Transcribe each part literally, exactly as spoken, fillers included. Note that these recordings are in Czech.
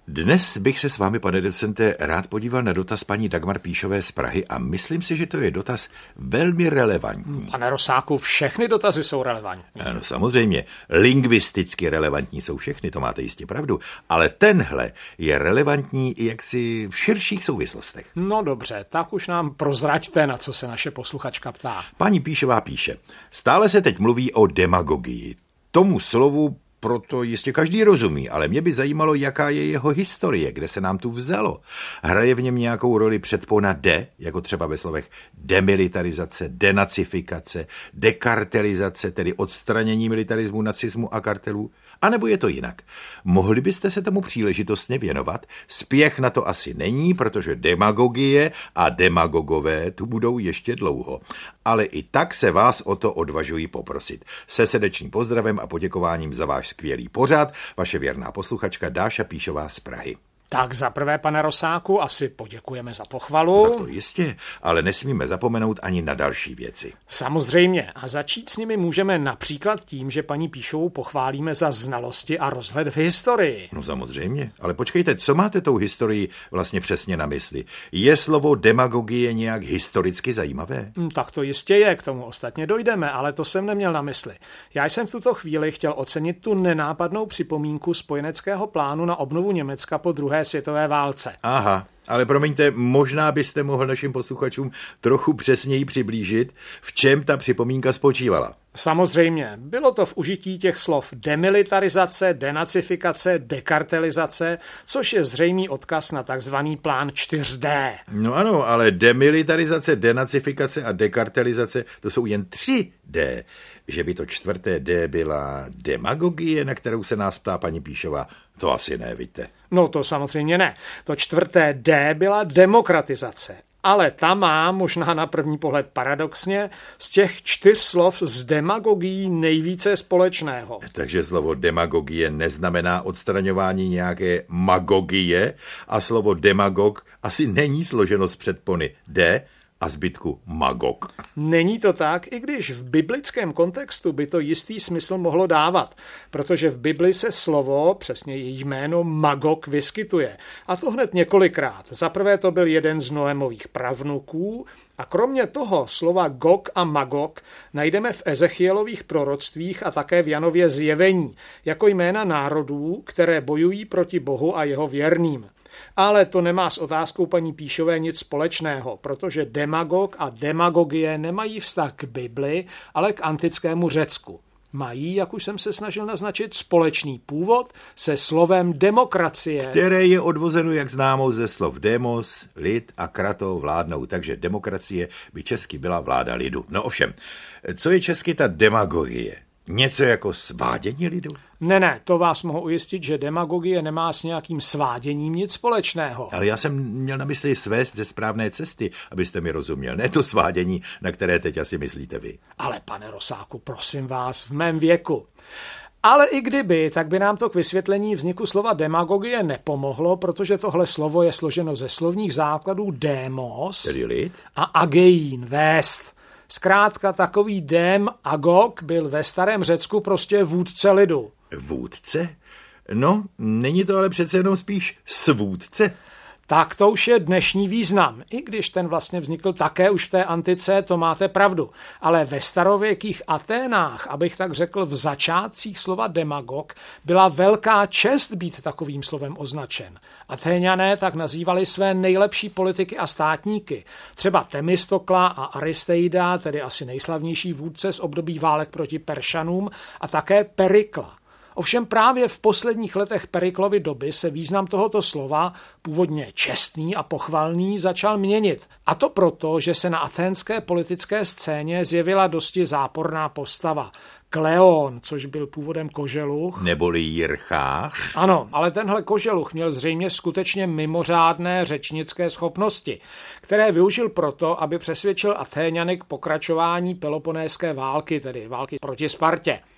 Dnes bych se s vámi, pane docente, rád podíval na dotaz paní Dagmar Píšové z Prahy a myslím si, že to je dotaz velmi relevantní. Pane Rosáku, všechny dotazy jsou relevantní. Ano, samozřejmě, lingvisticky relevantní jsou všechny, to máte jistě pravdu, ale tenhle je relevantní i jaksi v širších souvislostech. No dobře, tak už nám prozraďte, na co se naše posluchačka ptá. Paní Píšová píše, stále se teď mluví o demagogii. Tomu slovu proto jistě každý rozumí, ale mě by zajímalo, jaká je jeho historie, kde se nám tu vzalo. Hraje v něm nějakou roli předpona de, jako třeba ve slovech demilitarizace, denacifikace, dekartelizace, tedy odstranění militarismu, nacismu a kartelů? A nebo je to jinak? Mohli byste se tomu příležitostně věnovat? Spěch na to asi není, protože demagogie a demagogové tu budou ještě dlouho. Ale i tak se vás o to odvažuji poprosit. Se srdečným pozdravem a poděkováním za váš skvělý pořad, vaše věrná posluchačka Dáša Píšová z Prahy. Tak za prvé, pane Rosáku, asi poděkujeme za pochvalu. Tak to jistě, ale nesmíme zapomenout ani na další věci. Samozřejmě. A začít s nimi můžeme například tím, že paní Píšovou pochválíme za znalosti a rozhled v historii. No samozřejmě, ale počkejte, co máte tou historii vlastně přesně na mysli? Je slovo demagogie nějak historicky zajímavé? Tak to jistě je, k tomu ostatně dojdeme, ale to jsem neměl na mysli. Já jsem v tuto chvíli chtěl ocenit tu nenápadnou připomínku spojeneckého plánu na obnovu Německa po druhé světové válce. Aha, ale promiňte, možná byste mohl našim posluchačům trochu přesněji přiblížit, v čem ta připomínka spočívala. Samozřejmě, bylo to v užití těch slov demilitarizace, denacifikace, dekartelizace, což je zřejmý odkaz na takzvaný plán čtyři dé. No ano, ale demilitarizace, denacifikace a dekartelizace, to jsou jen tři dé. Že by to čtvrté D byla demagogie, na kterou se nás ptá paní Píšová, to asi ne, víte. No to samozřejmě ne. To čtvrté D byla demokratizace. Ale ta má, možná na první pohled paradoxně, z těch čtyř slov s demagogií nejvíce společného. Takže slovo demagogie neznamená odstraňování nějaké magogie a slovo demagog asi není složeno z předpony D a zbytku magog. Není to tak, i když v biblickém kontextu by to jistý smysl mohlo dávat, protože v Bibli se slovo, přesně její jméno magog, vyskytuje. A to hned několikrát. Zaprvé to byl jeden z Noémových pravnuků a kromě toho slova Gog a Magog najdeme v Ezechielových proroctvích a také v Janově zjevení jako jména národů, které bojují proti Bohu a jeho věrným. Ale to nemá s otázkou paní Píšové nic společného, protože demagog a demagogie nemají vztah k Bibli, ale k antickému Řecku. Mají, jak už jsem se snažil naznačit, společný původ se slovem demokracie. Které je odvozeno, jak známo, ze slov demos, lid a krato vládnou, takže demokracie by česky byla vláda lidu. No ovšem, co je česky ta demagogie? Něco jako svádění lidu? Ne, ne, to vás mohu ujistit, že demagogie nemá s nějakým sváděním nic společného. Ale já jsem měl na mysli svést ze správné cesty, abyste mi rozuměl. Ne to svádění, na které teď asi myslíte vy. Ale pane Rosáku, prosím vás, v mém věku. Ale i kdyby, tak by nám to k vysvětlení vzniku slova demagogie nepomohlo, protože tohle slovo je složeno ze slovních základů demos Tedy lid? A ageín, vést. Zkrátka takový dem agog byl ve starém Řecku prostě vůdce lidu. Vůdce? No, není to ale přece jenom spíš svůdce? Tak to už je dnešní význam. I když ten vlastně vznikl také už v té antice, to máte pravdu. Ale ve starověkých Aténách, abych tak řekl v začátcích slova demagog, byla velká čest být takovým slovem označen. Atéňané tak nazývali své nejlepší politiky a státníky. Třeba Temistokla a Aristeida, tedy asi nejslavnější vůdce z období válek proti Peršanům, a také Perikla. Ovšem právě v posledních letech Periklovy doby se význam tohoto slova, původně čestný a pochvalný, začal měnit. A to proto, že se na athénské politické scéně zjevila dosti záporná postava. Kleon, což byl původem koželuch. Neboli jirchář. Ano, ale tenhle koželuch měl zřejmě skutečně mimořádné řečnické schopnosti, které využil proto, aby přesvědčil Athéňany k pokračování Peloponéské války, tedy války proti Spartě.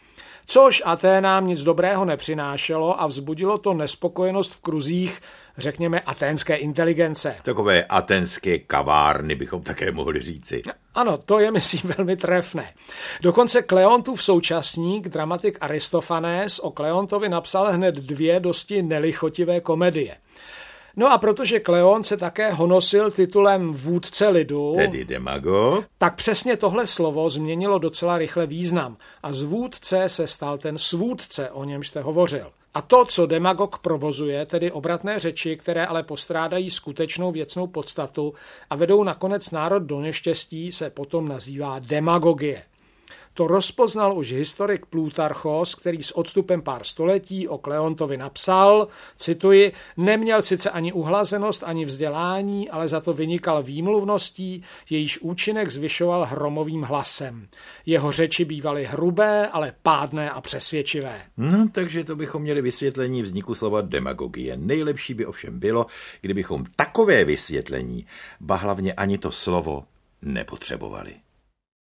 což Aténám nic dobrého nepřinášelo a vzbudilo to nespokojenost v kruzích, řekněme, aténské inteligence. Takové aténské kavárny bychom také mohli říci. Ano, to je, myslím, velmi trefné. Dokonce Kleontův současník, dramatik Aristofanes, o Kleontovi napsal hned dvě dosti nelichotivé komedie. No a protože Kleon se také honosil titulem vůdce lidu, tedy demagog, tak přesně tohle slovo změnilo docela rychle význam a z vůdce se stal ten svůdce, o němž jste hovořil. A to, co demagog provozuje, tedy obratné řeči, které ale postrádají skutečnou věcnou podstatu a vedou nakonec národ do neštěstí, se potom nazývá demagogie. To rozpoznal už historik Plutarchos, který s odstupem pár století o Kleontovi napsal, cituji, neměl sice ani uhlazenost, ani vzdělání, ale za to vynikal výmluvností, jejíž účinek zvyšoval hromovým hlasem. Jeho řeči bývaly hrubé, ale pádné a přesvědčivé. No, takže to bychom měli vysvětlení vzniku slova demagogie. Nejlepší by ovšem bylo, kdybychom takové vysvětlení, ba hlavně ani to slovo, nepotřebovali.